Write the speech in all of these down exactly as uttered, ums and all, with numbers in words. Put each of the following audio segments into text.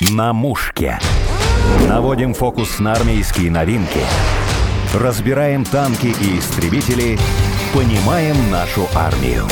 На мушке. Наводим фокус на армейские новинки. Разбираем танки и истребители. Понимаем нашу армию.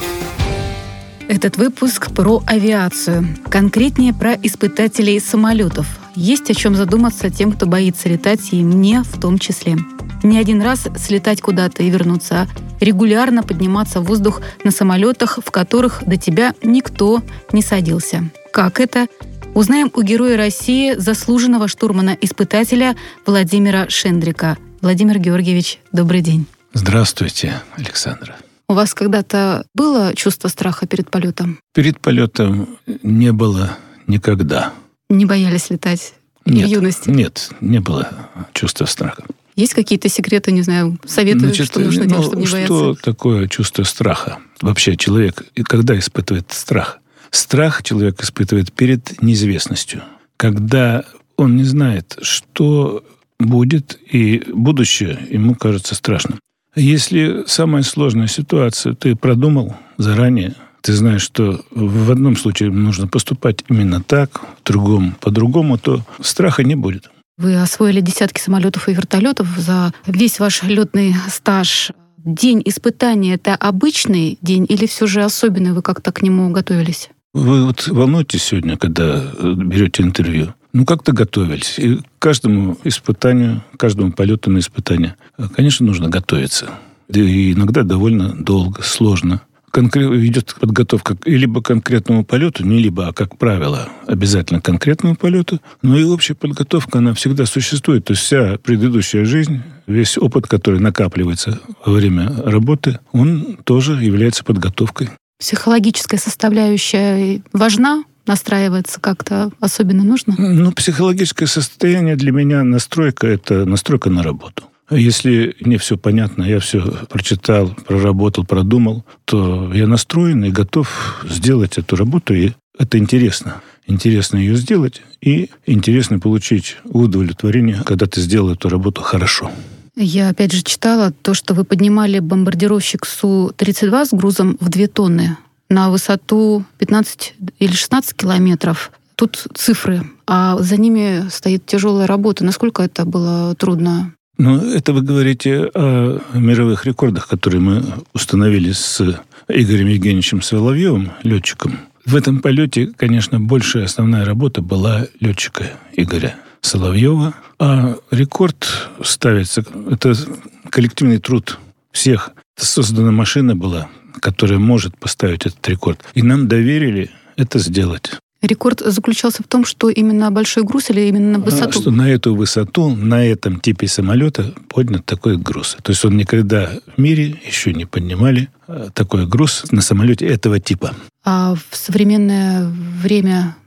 Этот выпуск про авиацию. Конкретнее про испытателей самолетов. Есть о чем задуматься тем, кто боится летать, и мне в том числе. Не один раз слетать куда-то и вернуться, а регулярно подниматься в воздух на самолетах, в которых до тебя никто не садился. Как это? Узнаем у героя России, заслуженного штурмана-испытателя Владимира Шендрика. Владимир Георгиевич, добрый день. Здравствуйте, Александра. У вас когда-то было чувство страха перед полетом? Перед полетом не было никогда. Не боялись летать нет, в юности? Нет, не было чувства страха. Есть какие-то секреты, не знаю, советы, Значит, что нужно ну, делать, чтобы не бояться? Что такое чувство страха? Вообще человек, когда испытывает страх? Страх человек испытывает перед неизвестностью. Когда он не знает, что будет, и будущее ему кажется страшным. Если самая сложная ситуация ты продумал заранее, ты знаешь, что в одном случае нужно поступать именно так, в другом по-другому, то страха не будет. Вы освоили десятки самолетов и вертолетов за весь ваш летный стаж. День испытания — это обычный день или все же особенный? Вы как-то к нему готовились? Вы вот волнуетесь сегодня, когда берете интервью? Ну, как-то готовились. И к каждому испытанию, каждому полету на испытание, конечно, нужно готовиться. И иногда довольно долго, сложно. Конкрет... Идет подготовка и либо к конкретному полету, не либо, а, как правило, обязательно к конкретному полету. Но и общая подготовка, она всегда существует. То есть вся предыдущая жизнь, весь опыт, который накапливается во время работы, он тоже является подготовкой. Психологическая составляющая важна? Настраиваться как-то особенно нужно? Ну, психологическое состояние для меня настройка – это настройка на работу. Если не все понятно, я все прочитал, проработал, продумал, то я настроен и готов сделать эту работу, и это интересно. Интересно ее сделать, и интересно получить удовлетворение, когда ты сделал эту работу хорошо. Я опять же читала то, что вы поднимали бомбардировщик Су тридцать два с грузом в две тонны на высоту пятнадцать или шестнадцать километров. Тут цифры, а за ними стоит тяжелая работа. Насколько это было трудно? Ну, это вы говорите о мировых рекордах, которые мы установили с Игорем Евгеньевичем Соловьевым, летчиком. В этом полете, конечно, большая основная работа была летчика Игоря Соловьева. А рекорд ставится, это коллективный труд всех. Создана машина была, которая может поставить этот рекорд. И нам доверили это сделать. Рекорд заключался в том, что именно большой груз или именно на высоту? А, что на эту высоту, на этом типе самолета поднят такой груз. То есть он никогда в мире еще не поднимали такой груз на самолете этого типа. А в современное время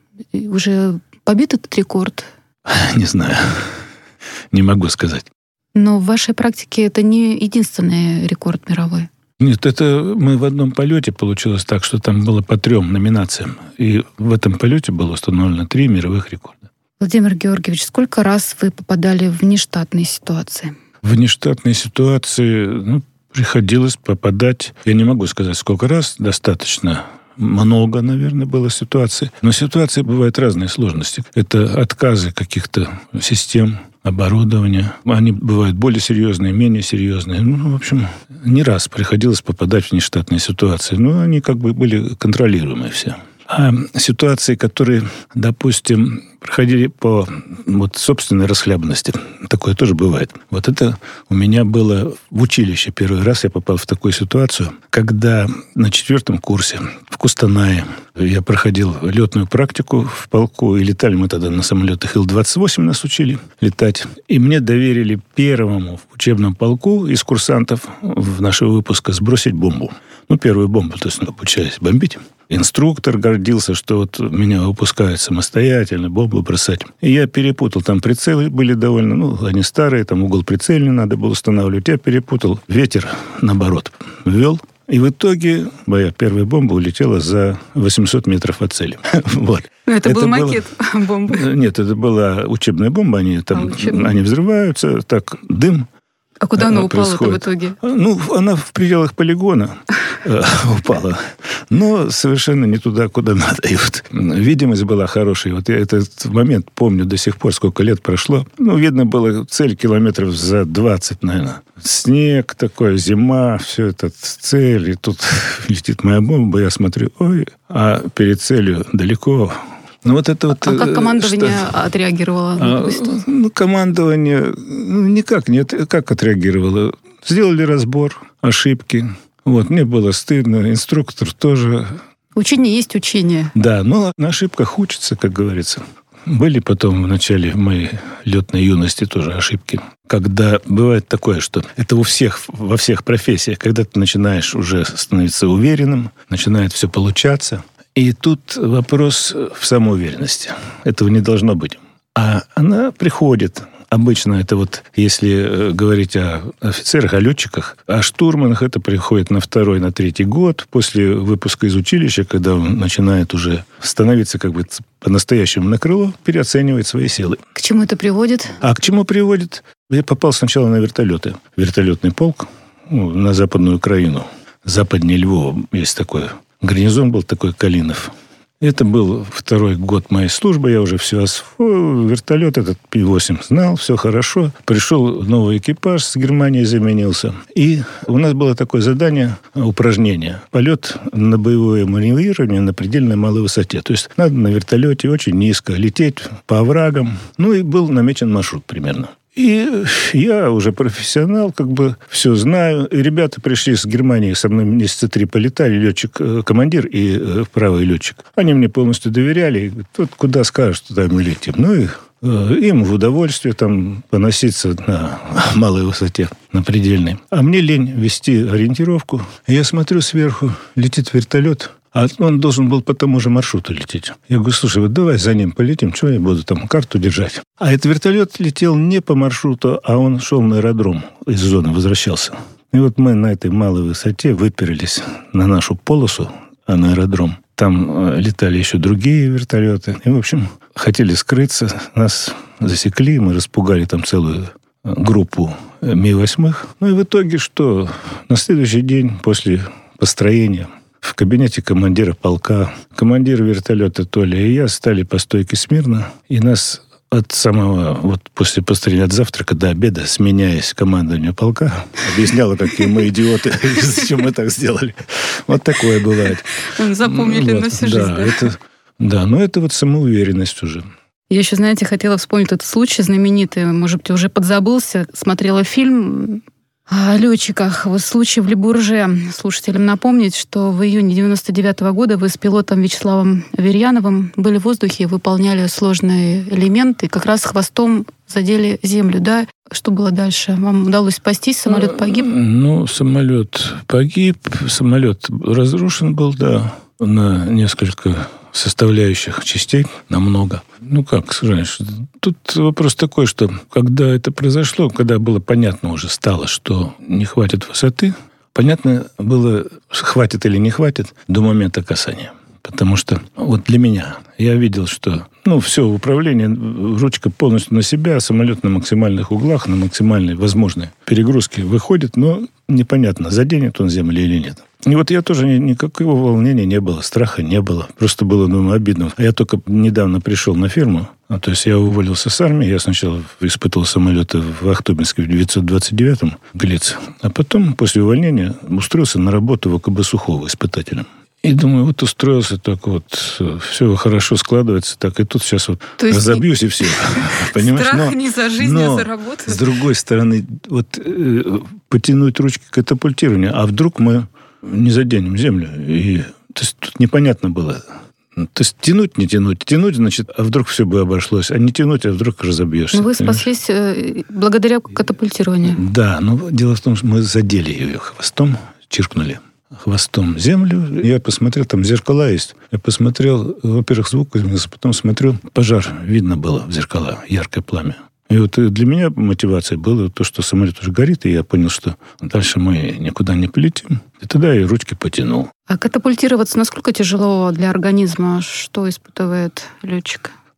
уже побит этот рекорд? Не знаю. Не могу сказать. Но в вашей практике это не единственный рекорд мировой. Нет, это мы в одном полете получилось так, что там было по трем номинациям. И в этом полете было установлено три мировых рекорда. Владимир Георгиевич, сколько раз вы попадали в внештатные ситуации? В внештатные ситуации ну, приходилось попадать, я не могу сказать, сколько раз, достаточно много, наверное, было ситуаций. Но ситуации бывают разные сложности. Это отказы каких-то систем, оборудования. Они бывают более серьезные, менее серьезные. Ну, в общем, не раз приходилось попадать в внештатные ситуации. Но они как бы были контролируемые все. А ситуации, которые, допустим, проходили по вот, собственной расхлябанности, такое тоже бывает. Вот это у меня было в училище. Первый раз я попал в такую ситуацию, когда на четвертом курсе в Кустанае я проходил летную практику в полку, и летали мы тогда на самолетах Ил двадцать восемь, нас учили летать. И мне доверили первому в учебном полку из курсантов в нашего выпуска сбросить бомбу. Ну, первую бомбу, то есть обучаясь бомбить. Инструктор гордился, что вот меня выпускают самостоятельно бомбу бросать. И я перепутал. Там прицелы были довольно, ну, они старые, там угол прицельный надо было устанавливать. Я перепутал. Ветер, наоборот, ввел. И в итоге моя первая бомба улетела за восемьсот метров от цели. Вот. Это, это был макет было... бомбы? Нет, это была учебная бомба. Они, там, а, они взрываются, так, дым. А куда она упала-то в итоге? Ну, она в пределах полигона. э, упала. Но совершенно не туда, куда надо. И вот видимость была хорошая. Вот я этот момент помню до сих пор, сколько лет прошло. Ну, видно было цель километров за двадцать, наверное. Снег такой, зима, все это цель. И тут летит моя бомба, я смотрю, ой, а перед целью далеко. Ну, вот это вот, а как командование что... отреагировало на а, ну, командование ну, никак не как отреагировало. Сделали разбор, ошибки. Вот, мне было стыдно. Инструктор тоже. Учение есть учение. Да, но на ошибках учатся, как говорится. Были потом в начале моей летной юности тоже ошибки. Когда бывает такое, что это у всех, во всех профессиях, когда ты начинаешь уже становиться уверенным, начинает все получаться. И тут вопрос в самоуверенности. Этого не должно быть. А она приходит. Обычно это вот, если говорить о офицерах, о летчиках, о штурманах, это приходит на второй, на третий год после выпуска из училища, когда он начинает уже становиться как бы по-настоящему на крыло, переоценивать свои силы. К чему это приводит? А к чему приводит? Я попал сначала на вертолеты. Вертолетный полк ну, на Западную Украину. Западнее Львова есть такое. Гарнизон был такой, Калинов. Это был второй год моей службы. Я уже все освоил. Вертолет этот Пи восемь знал, все хорошо. Пришел новый экипаж, с Германии заменился. И у нас было такое задание, упражнение. Полет на боевое маневрирование на предельно малой высоте. То есть надо на вертолете очень низко лететь по оврагам. Ну и был намечен маршрут примерно. И я уже профессионал, как бы все знаю. И ребята пришли с Германии, со мной месяца три полетали, летчик-командир и правый летчик. Они мне полностью доверяли. Тут куда скажешь, туда мы летим. Ну и им в удовольствие там поноситься на малой высоте, на предельной. А мне лень вести ориентировку. Я смотрю сверху, летит вертолет. А он должен был по тому же маршруту лететь. Я говорю, слушай, вот давай за ним полетим, что я буду там карту держать. А этот вертолет летел не по маршруту, а он шел на аэродром, из зоны возвращался. И вот мы на этой малой высоте выперлись на нашу полосу, а на аэродром. Там летали еще другие вертолеты. И, в общем, хотели скрыться. Нас засекли, мы распугали там целую группу Ми восемь. Ну и в итоге что? На следующий день после построения в кабинете командира полка, командир вертолета Толя и я стали по стойке смирно, и нас от самого, вот после построения, от завтрака до обеда, сменяясь командованию полка, объясняла, какие мы идиоты, зачем мы так сделали. Вот такое бывает. Запомнили вот, на всю жизнь, да? Да, это, да, но это вот самоуверенность уже. Я еще, знаете, хотела вспомнить этот случай знаменитый, может быть, уже подзабылся, смотрела фильм о летчиках. В случае в Лебурже слушателям напомнить, что в июне девяносто девятого года вы с пилотом Вячеславом Аверьяновым были в воздухе, выполняли сложные элементы, как раз хвостом задели землю, да? Что было дальше? Вам удалось спастись? Самолет погиб? Ну, самолет погиб, самолет разрушен был, да, на несколько составляющих частей, намного. Ну, как сказать, тут вопрос такой, что когда это произошло, когда было понятно уже стало, что не хватит высоты, понятно было, хватит или не хватит до момента касания. Потому что вот для меня, я видел, что ну, все, управление, ручка полностью на себя, самолет на максимальных углах, на максимальной возможной перегрузке выходит, но непонятно, заденет он землю или нет. И вот я тоже никакого волнения не было, страха не было. Просто было, думаю, обидно. Я только недавно пришел на фирму, а, то есть я уволился с армии, я сначала испытывал самолеты в Ахтубинске в девятьсот двадцать девятом, Глиц, а потом после увольнения устроился на работу в ОКБ Сухого испытателем. И думаю, вот устроился так вот, все хорошо складывается, так и тут сейчас вот разобьюсь и все. Понимаешь? Страх не за жизнь, а за работу. С другой стороны, вот э, потянуть ручки к катапультированию, а вдруг мы не заденем землю. И, то есть тут непонятно было. То есть тянуть, не тянуть. Тянуть, значит, а вдруг все бы обошлось. А не тянуть, а вдруг разобьешься. Но вы спаслись э, благодаря катапультированию. Да, но дело в том, что мы задели ее хвостом, чиркнули хвостом землю. Я посмотрел, там зеркала есть. Я посмотрел, во-первых, звук изменился, потом смотрел, пожар видно было в зеркала, яркое пламя. И вот для меня мотивация была то, что самолет уже горит, и я понял, что дальше мы никуда не полетим. И тогда я ручки потянул. А катапультироваться насколько тяжело для организма? Что испытывает летчик?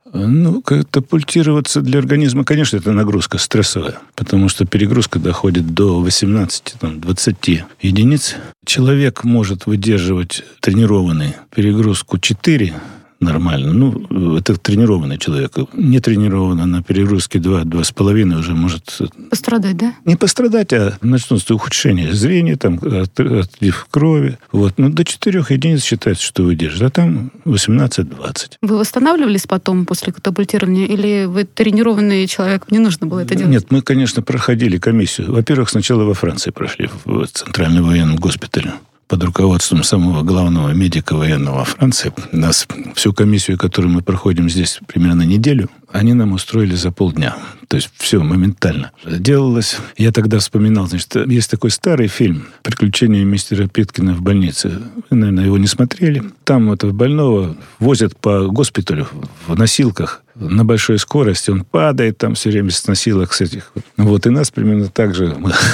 Ну, катапультироваться для организма, конечно, это нагрузка стрессовая, потому что перегрузка доходит до восемнадцати-двадцати единиц. Человек может выдерживать тренированный перегрузку четыре нормально. Ну, это тренированный человек. Не тренированный на перегрузке два-два с половиной уже может... Пострадать, да? Не пострадать, а начнутся ухудшения зрения, там, отлив крови. Вот. Ну, до четырех единиц считается, что выдержит, а там восемнадцать-двадцать. Вы восстанавливались потом после катапультирования, или вы тренированный человек, не нужно было это делать? Нет, мы, конечно, проходили комиссию. Во-первых, сначала во Франции прошли, в Центральном военном госпитале. Под руководством самого главного медика военного Франции. Нас, всю комиссию, которую мы проходим здесь примерно неделю, они нам устроили за полдня. То есть все моментально делалось. Я тогда вспоминал, значит, есть такой старый фильм «Приключения мистера Питкина в больнице». Вы, наверное, его не смотрели. Там этого больного возят по госпиталю в носилках на большой скорости. Он падает там все время с носилок с этих. Вот, и нас примерно так же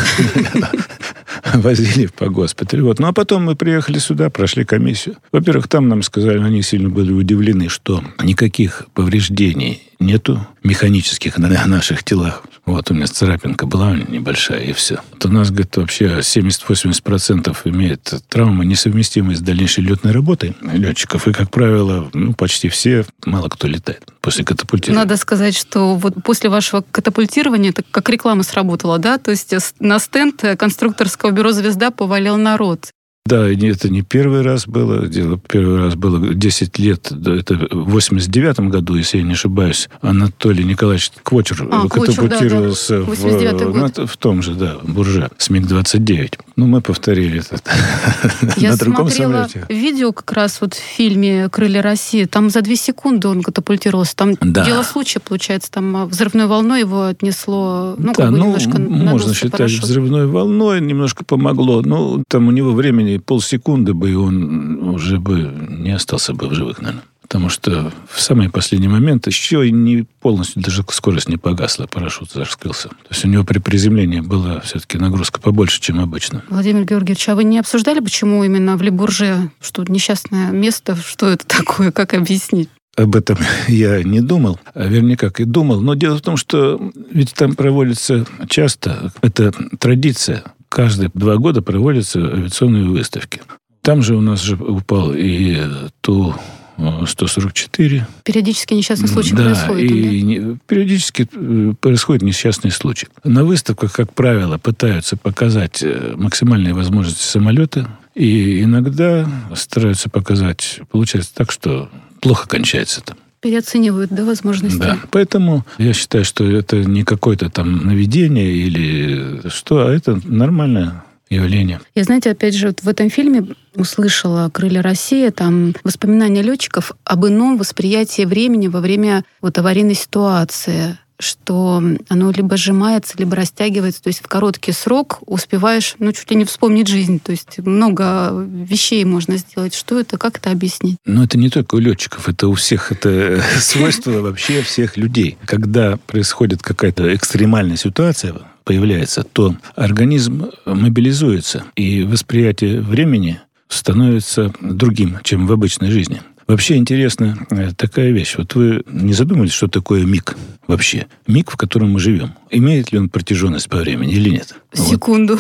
возили по госпиталю. Вот. Ну, а потом мы приехали сюда, прошли комиссию. Во-первых, там нам сказали, они сильно были удивлены, что никаких повреждений нету механических на наших телах. Вот у меня царапинка была небольшая, и все. Вот у нас, говорит, вообще семьдесят-восемьдесят процентов имеет травмы, несовместимые с дальнейшей летной работой летчиков. И, как правило, ну, почти все, мало кто летает после катапультирования. Надо сказать, что вот после вашего катапультирования это как реклама сработала, да? То есть на стенд конструкторского бюро «Звезда» повалил народ. Да, это не первый раз было. Дело первый раз было десять лет. Это в восемьдесят девятом году, если я не ошибаюсь, Анатолий Николаевич Квочер а, катапультировался да, да. в, в том же, да, Бурже, с миг двадцать девять. Ну, мы повторили это я на другом самолете. Я смотрела видео как раз вот в фильме «Крылья России». Там за две секунды он катапультировался. Там да. дело случая, получается. Там взрывной волной его отнесло. Ну, да, как бы ну, немножко можно считать, парашют. Взрывной волной немножко помогло. Ну, там у него времени полсекунды бы, и он уже бы не остался бы в живых, наверное. Потому что в самый последний момент еще и не полностью, даже скорость не погасла, парашют раскрылся. То есть у него при приземлении была все-таки нагрузка побольше, чем обычно. Владимир Георгиевич, а вы не обсуждали, почему именно в Ле Бурже, что несчастное место, что это такое, как объяснить? Об этом я не думал, а вернее как и думал. Но дело в том, что ведь там проводится часто, это традиция, каждые два года проводятся авиационные выставки. Там же у нас же упал и Ту сто сорок четыре. Периодически несчастный случай да, происходит. И да, и периодически происходит несчастный случай. На выставках, как правило, пытаются показать максимальные возможности самолета. И иногда стараются показать, получается так, что плохо кончается там. Переоценивают, да, возможности? Да, поэтому я считаю, что это не какое-то там наведение или что, а это нормальное явление. Я, знаете, опять же, вот в этом фильме услышала «Крылья России», там воспоминания летчиков об ином восприятии времени во время вот аварийной ситуации, что оно либо сжимается, либо растягивается. То есть в короткий срок успеваешь, ну, чуть ли не вспомнить жизнь. То есть много вещей можно сделать. Что это? Как это объяснить? Ну, это не только у летчиков, это у всех. Это свойство вообще всех людей. Когда происходит какая-то экстремальная ситуация, появляется, то организм мобилизуется, и восприятие времени становится другим, чем в обычной жизни. Вообще интересна такая вещь. Вот вы не задумывались, что такое миг вообще? Миг, в котором мы живем. Имеет ли он протяженность по времени или нет? Секунду.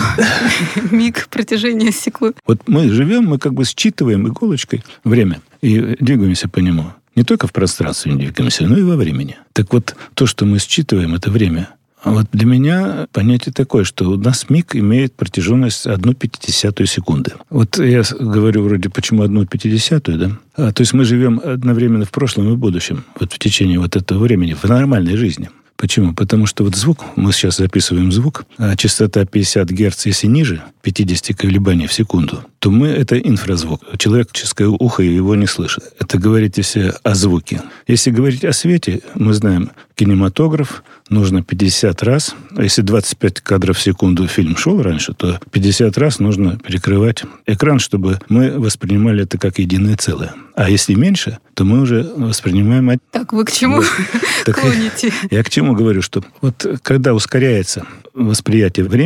Миг, протяжение секунд. Вот мы живем, мы как бы считываем иголочкой время и двигаемся по нему. Не только в пространстве двигаемся, но и во времени. Так вот, то, что мы считываем, это время. А вот для меня понятие такое, что у нас миг имеет протяженность одну пятидесятую секунды. Вот я говорю вроде, почему одну пятидесятую, да? А, то есть мы живем одновременно в прошлом и в будущем, вот в течение вот этого времени, в нормальной жизни. Почему? Потому что вот звук, мы сейчас записываем звук, а частота пятьдесят герц, если ниже пятьдесят колебаний в секунду, то мы, это инфразвук. Человеческое ухо его не слышит. Это говорите все о звуке. Если говорить о свете, мы знаем, кинематограф нужно пятьдесят раз. А если двадцать пять кадров в секунду фильм шел раньше, то пятьдесят раз нужно перекрывать экран, чтобы мы воспринимали это как единое целое. А если меньше, то мы уже воспринимаем... Так, вы к чему клоните? Я к чему говорю, что вот когда ускоряется восприятие времени,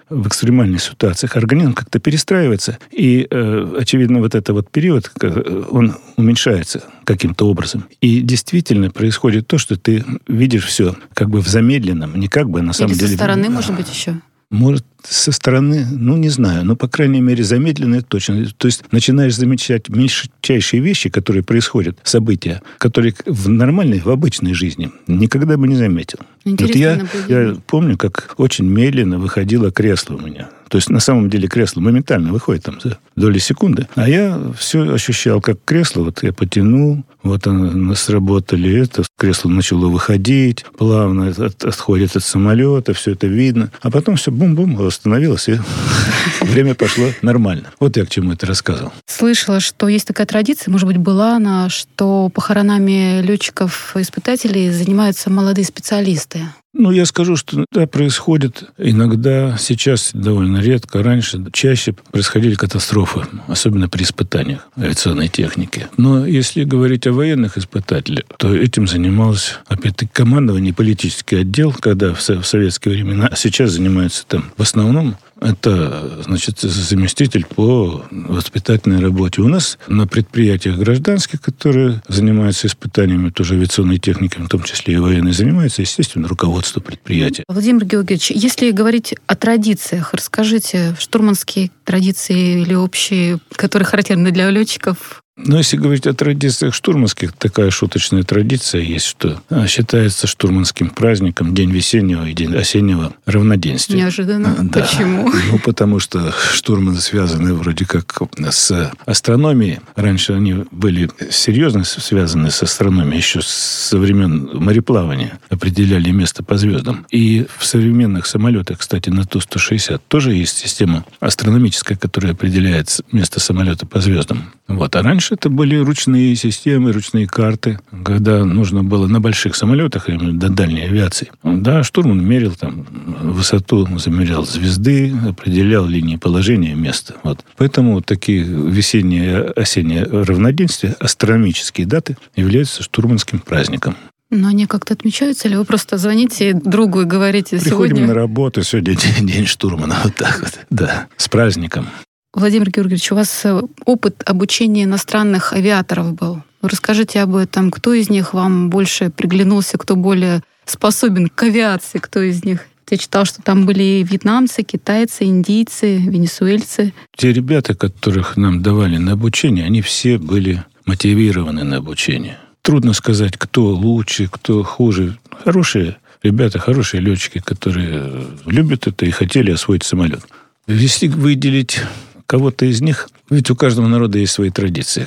в экстремальных ситуациях организм как-то перестраивается, и, э, очевидно, вот этот вот период, он уменьшается каким-то образом. И действительно происходит то, что ты видишь все как бы в замедленном, не как бы на самом Или деле... со стороны, может быть, еще? Может, со стороны, ну, не знаю, но, по крайней мере, замедленно это точно. То есть начинаешь замечать мельчайшие вещи, которые происходят, события, которые в нормальной, в обычной жизни никогда бы не заметил. Вот я, я помню, как очень медленно выходило кресло у меня. То есть, на самом деле, кресло моментально выходит там за доли секунды. А я все ощущал, как кресло, вот я потянул, вот оно сработали, это кресло начало выходить, плавно от, отходит от самолета, все это видно. А потом все бум-бум, восстановилось, и время пошло нормально. Вот я к чему это рассказывал. Слышала, что есть такая традиция, может быть, была она, что похоронами летчиков-испытателей занимаются молодые специалисты. Ну, я скажу, что да, происходит иногда, сейчас довольно редко, раньше чаще происходили катастрофы, особенно при испытаниях авиационной техники. Но если говорить о военных испытателях, то этим занимался, опять-таки, командование, политический отдел, когда в советские времена, а сейчас занимаются там в основном это, значит, заместитель по воспитательной работе. У нас на предприятиях гражданских, которые занимаются испытаниями тоже авиационной техникой, в том числе и военной, занимается, естественно, руководство предприятия. Владимир Георгиевич, если говорить о традициях, расскажите, штурманские традиции или общие, которые характерны для летчиков? Но если говорить о традициях штурманских, такая шуточная традиция есть, что считается штурманским праздником День весеннего и День осеннего равноденствия. Неожиданно. Да. Почему? Ну, потому что штурманы связаны вроде как с астрономией. Раньше они были серьезно связаны с астрономией, еще со времен мореплавания определяли место по звездам. И в современных самолетах, кстати, на Ту сто шестьдесят тоже есть система астрономическая, которая определяет место самолета по звездам. Вот. А раньше это были ручные системы, ручные карты, когда нужно было на больших самолетах, именно до дальней авиации. Да, штурман мерил там высоту, замерял звезды, определял линии положения, места. Вот. Поэтому вот такие весенние, осенние равноденствия, астрономические даты являются штурманским праздником. Но они как-то отмечаются, или вы просто звоните другу и говорите Приходим сегодня... Приходим на работу, сегодня день, день штурмана. Вот так вот. Да, с праздником. Владимир Георгиевич, у вас опыт обучения иностранных авиаторов был. Расскажите об этом. Кто из них вам больше приглянулся, кто более способен к авиации, кто из них? Я читал, что там были вьетнамцы, китайцы, индийцы, венесуэльцы. Те ребята, которых нам давали на обучение, они все были мотивированы на обучение. Трудно сказать, кто лучше, кто хуже. Хорошие ребята, хорошие летчики, которые любят это и хотели освоить самолет. Если выделить кого-то из них, ведь у каждого народа есть свои традиции.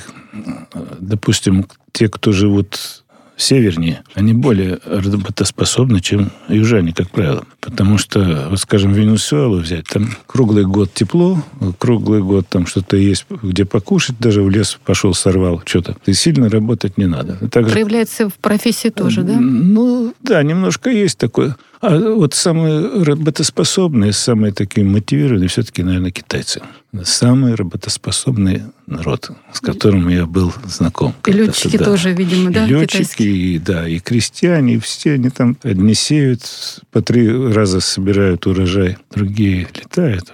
Допустим, те, кто живут севернее, они более работоспособны, чем южане, как правило. Потому что, вот скажем, Венесуэлу взять, там круглый год тепло, круглый год там что-то есть, где покушать, даже в лес пошел, сорвал что-то. И сильно работать не надо. Также... Проявляется в профессии тоже, да? Ну, да, немножко есть такое. А вот самые работоспособные, самые такие мотивированные все-таки, наверное, китайцы. Самый работоспособный народ, с которым я был знаком. И летчики да. тоже, видимо, да? И летчики, и, да, и крестьяне, и все они там одни сеют, по три раза собирают урожай, другие летают.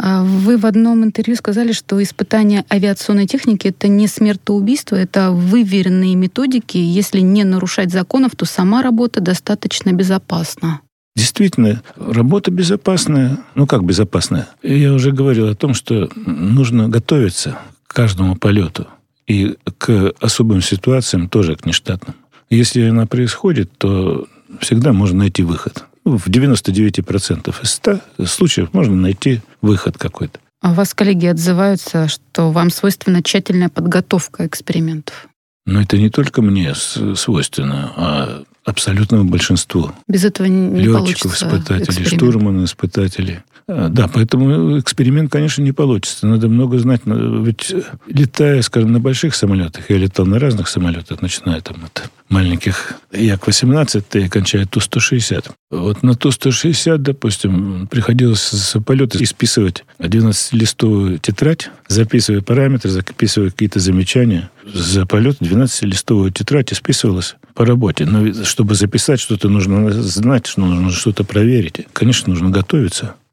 Вы в одном интервью сказали, что испытание авиационной техники — это не смертоубийство, это выверенные методики. Если не нарушать законов, то сама работа достаточно безопасна. Действительно, работа безопасная. Ну, как безопасная? Я уже говорил о том, что нужно готовиться к каждому полету. И к особым ситуациям тоже, к нештатным. Если она происходит, то всегда можно найти выход. В девяносто девять процентов из ста случаев можно найти выход какой-то. А у вас коллеги отзываются, что вам свойственна тщательная подготовка экспериментов? Но это не только мне свойственно, а абсолютному большинству. Без этого не летчиков, испытателей, штурманов, испытателей. Да, поэтому эксперимент, конечно, не получится. Надо много знать. Ведь летая, скажем, на больших самолетах, я летал на разных самолетах, начиная там от маленьких Як восемнадцать и кончая Ту сто шестьдесят. Вот на Ту сто шестьдесят, допустим, приходилось за полеты исписывать двенадцатилистовую тетрадь, записывая параметры, записывая какие-то замечания. За полет двенадцатилистовую тетрадь исписывалась по работе. Но чтобы записать что-то, нужно знать, что нужно что-то проверить. Конечно, нужно готовиться.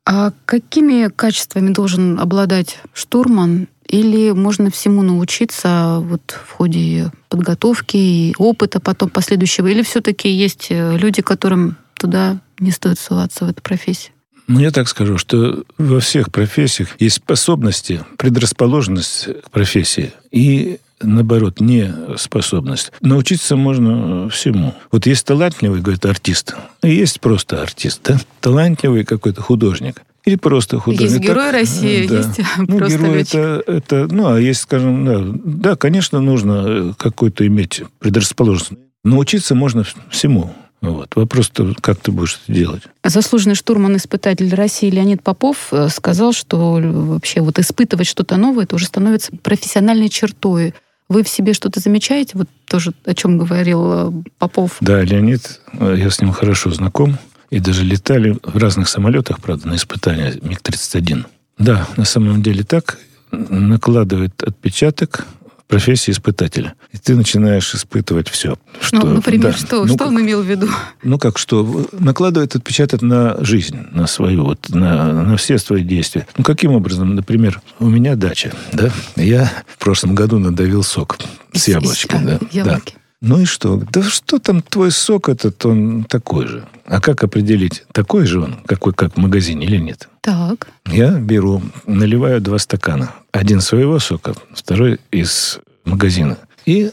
А какими качествами должен обладать штурман? Или можно всему научиться вот в ходе подготовки и опыта потом последующего? Или все-таки есть люди, которым туда не стоит ссылаться в эту профессию? Ну, я так скажу, что во всех профессиях есть способности, предрасположенность к профессии и, наоборот, не способность. Научиться можно всему. Вот есть талантливый, говорит, артист, и есть просто артист, да? Талантливый какой-то художник. Или просто художник. Есть герой России, да. Есть ну, просто герой летчик. Это, это, ну, а есть, скажем, да, да, конечно, нужно какой-то иметь предрасположенность. Научиться можно всему. Вот. Вопрос-то, как ты будешь это делать? Заслуженный штурман-испытатель России Леонид Попов сказал, что вообще вот испытывать что-то новое, это уже становится профессиональной чертой. Вы в себе что-то замечаете? Вот тоже о чем говорил Попов. Да, Леонид, я с ним хорошо знаком. И даже летали в разных самолетах, правда, на испытания миг тридцать один. Да, на самом деле так накладывает отпечаток профессии испытателя. И ты начинаешь испытывать все. Что, ну, например, да, что? Ну, что как, он имел в виду? Ну, как что? Накладывает отпечаток на жизнь, на свою, вот, на, на все свои действия. Ну, каким образом? Например, у меня дача, да? Я в прошлом году надавил сок с яблочкой. А, да, яблоки. Да. Ну и что? Да что там, твой сок этот, он такой же. А как определить, такой же он, какой как в магазине или нет? Так. Я беру, наливаю два стакана. Один своего сока, второй из магазина. И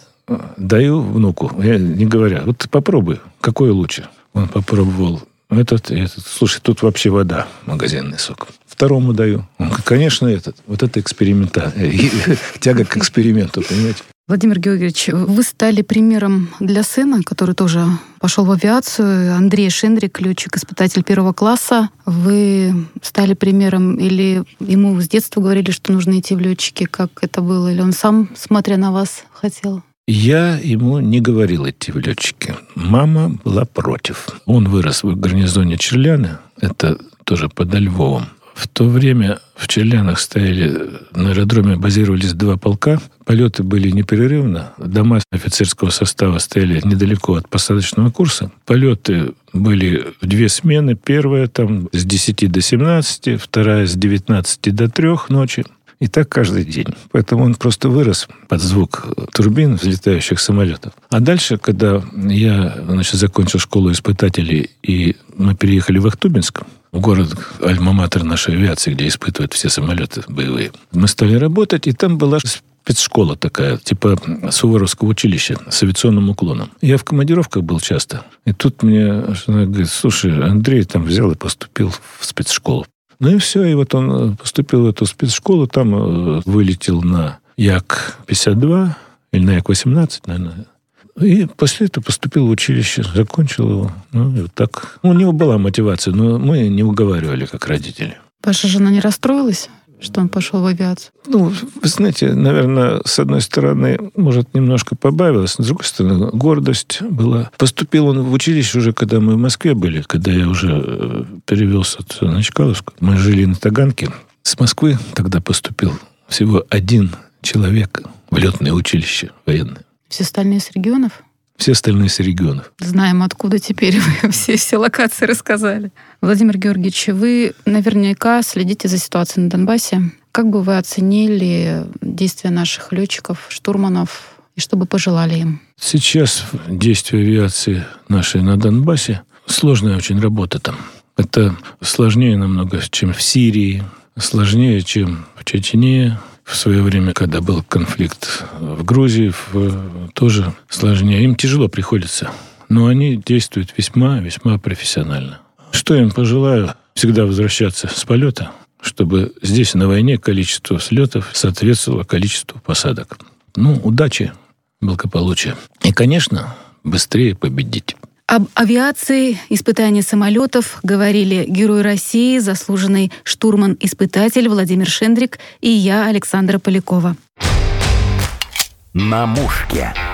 даю внуку, я не говоря, вот попробуй, какой лучше. Он попробовал этот и этот. Слушай, тут вообще вода, магазинный сок. Второму даю. Он говорит, конечно, этот. Вот это эксперимента. Тяга к эксперименту, понимаете? Владимир Георгиевич, вы стали примером для сына, который тоже пошел в авиацию. Андрей Шендрик, летчик-испытатель первого класса. Вы стали примером или ему с детства говорили, что нужно идти в летчики? Как это было? Или он сам, смотря на вас, хотел? Я ему не говорил идти в летчики. Мама была против. Он вырос в гарнизоне Черляны. Это тоже под Львовом. В то время в Черлянах стояли, на аэродроме базировались два полка. Полеты были непрерывно. Дома офицерского состава стояли недалеко от посадочного курса. Полеты были в две смены. Первая там с десяти до семнадцати, вторая с девятнадцати до трёх ночи. И так каждый день. Поэтому он просто вырос под звук турбин взлетающих самолетов. А дальше, когда я, значит, закончил школу испытателей, и мы переехали в Ахтубинск, в город альма-матер нашей авиации, где испытывают все самолеты боевые, мы стали работать, и там была спецшкола такая, типа Суворовского училища с авиационным уклоном. Я в командировках был часто. И тут мне жена говорит, слушай, Андрей там взял и поступил в спецшколу. Ну и все, и вот он поступил в эту спецшколу, там вылетел на Як пятьдесят два или на Як восемнадцать, наверное. И после этого поступил в училище, закончил его. Ну, и вот так. У него была мотивация, но мы не уговаривали, как родители. Ваша жена не расстроилась, что он пошел в авиацию? Ну, вы знаете, наверное, с одной стороны, может, немножко побавилось, с другой стороны, гордость была. Поступил он в училище уже, когда мы в Москве были, когда я уже перевелся на Чкаловскую. Мы жили на Таганке. С Москвы тогда поступил всего один человек в летное училище военное. Все остальные с регионов? Все остальные с регионов. Знаем, откуда теперь вы все, все локации рассказали. Владимир Георгиевич, вы наверняка следите за ситуацией на Донбассе. Как бы вы оценили действия наших летчиков, штурманов, и что бы пожелали им? Сейчас действия авиации нашей на Донбассе сложная очень работа там. Это сложнее намного, чем в Сирии, сложнее, чем в Чечне. В свое время, когда был конфликт в Грузии, в, тоже сложнее. Им тяжело приходится. Но они действуют весьма-весьма профессионально. Что я им пожелаю? Всегда возвращаться с полета, чтобы здесь на войне количество слетов соответствовало количеству посадок. Ну, удачи, благополучия. И, конечно, быстрее победить. Об авиации, испытании самолетов говорили герой России, заслуженный штурман-испытатель Владимир Шендрик и я, Александра Полякова. На мушке.